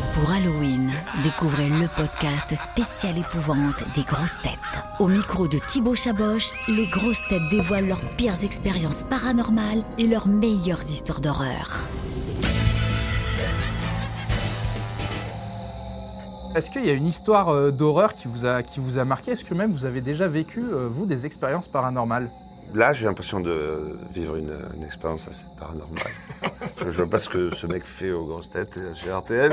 Pour Halloween, découvrez le podcast spécial épouvante des grosses têtes. Au micro de Thibaut Chaboch, les grosses têtes dévoilent leurs pires expériences paranormales et leurs meilleures histoires d'horreur. Est-ce qu'il y a une histoire d'horreur qui vous a marqué ? Est-ce que même vous avez déjà vécu, vous, des expériences paranormales ? Là, j'ai l'impression de vivre une expérience assez paranormale. Je ne vois pas ce que ce mec fait aux grosses têtes chez RTL.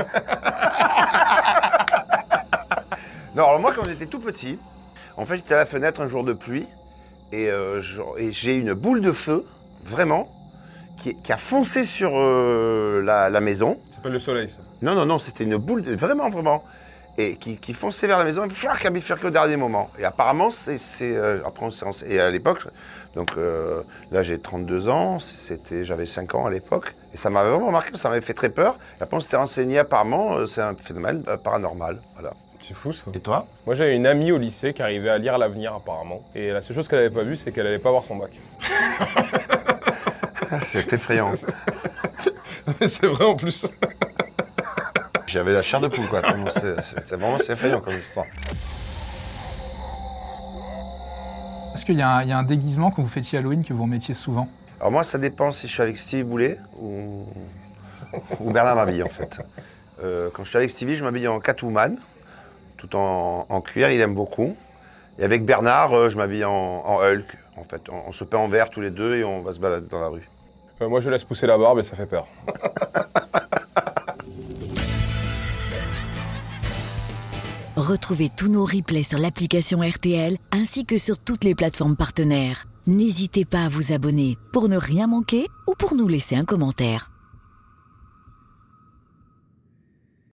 Non, alors moi, quand j'étais tout petit, en fait, j'étais à la fenêtre un jour de pluie et j'ai une boule de feu, vraiment, qui a foncé sur la maison. Ça s'appelle le soleil, ça. Non, c'était une boule, vraiment, et qui fonçait vers la maison, et qui a bifurqué au dernier moment. Et apparemment, et à l'époque, donc là j'ai 32 ans, j'avais 5 ans à l'époque, et ça m'avait vraiment marqué, ça m'avait fait très peur. Et après on s'était renseigné, apparemment, c'est un phénomène paranormal, voilà. C'est fou, ça. Et toi ? Moi, j'avais une amie au lycée qui arrivait à lire l'avenir, apparemment. Et la seule chose qu'elle n'avait pas vue, c'est qu'elle n'allait pas avoir son bac. C'est effrayant. C'est vrai, en plus. J'avais la chair de poule, quoi. C'est effrayant comme histoire. Est-ce qu'il y a un déguisement que vous fêtiez Halloween que vous remettiez souvent ? Alors moi, ça dépend si je suis avec Stevie Boulet ou Bernard Mabille, en fait. Quand je suis avec Stevie, je m'habille en Catwoman, tout en cuir, il aime beaucoup. Et avec Bernard, je m'habille en Hulk, en fait. On se peint en vert tous les deux et on va se balader dans la rue. Moi, je laisse pousser la barbe et ça fait peur. Retrouvez tous nos replays sur l'application RTL ainsi que sur toutes les plateformes partenaires. N'hésitez pas à vous abonner pour ne rien manquer ou pour nous laisser un commentaire.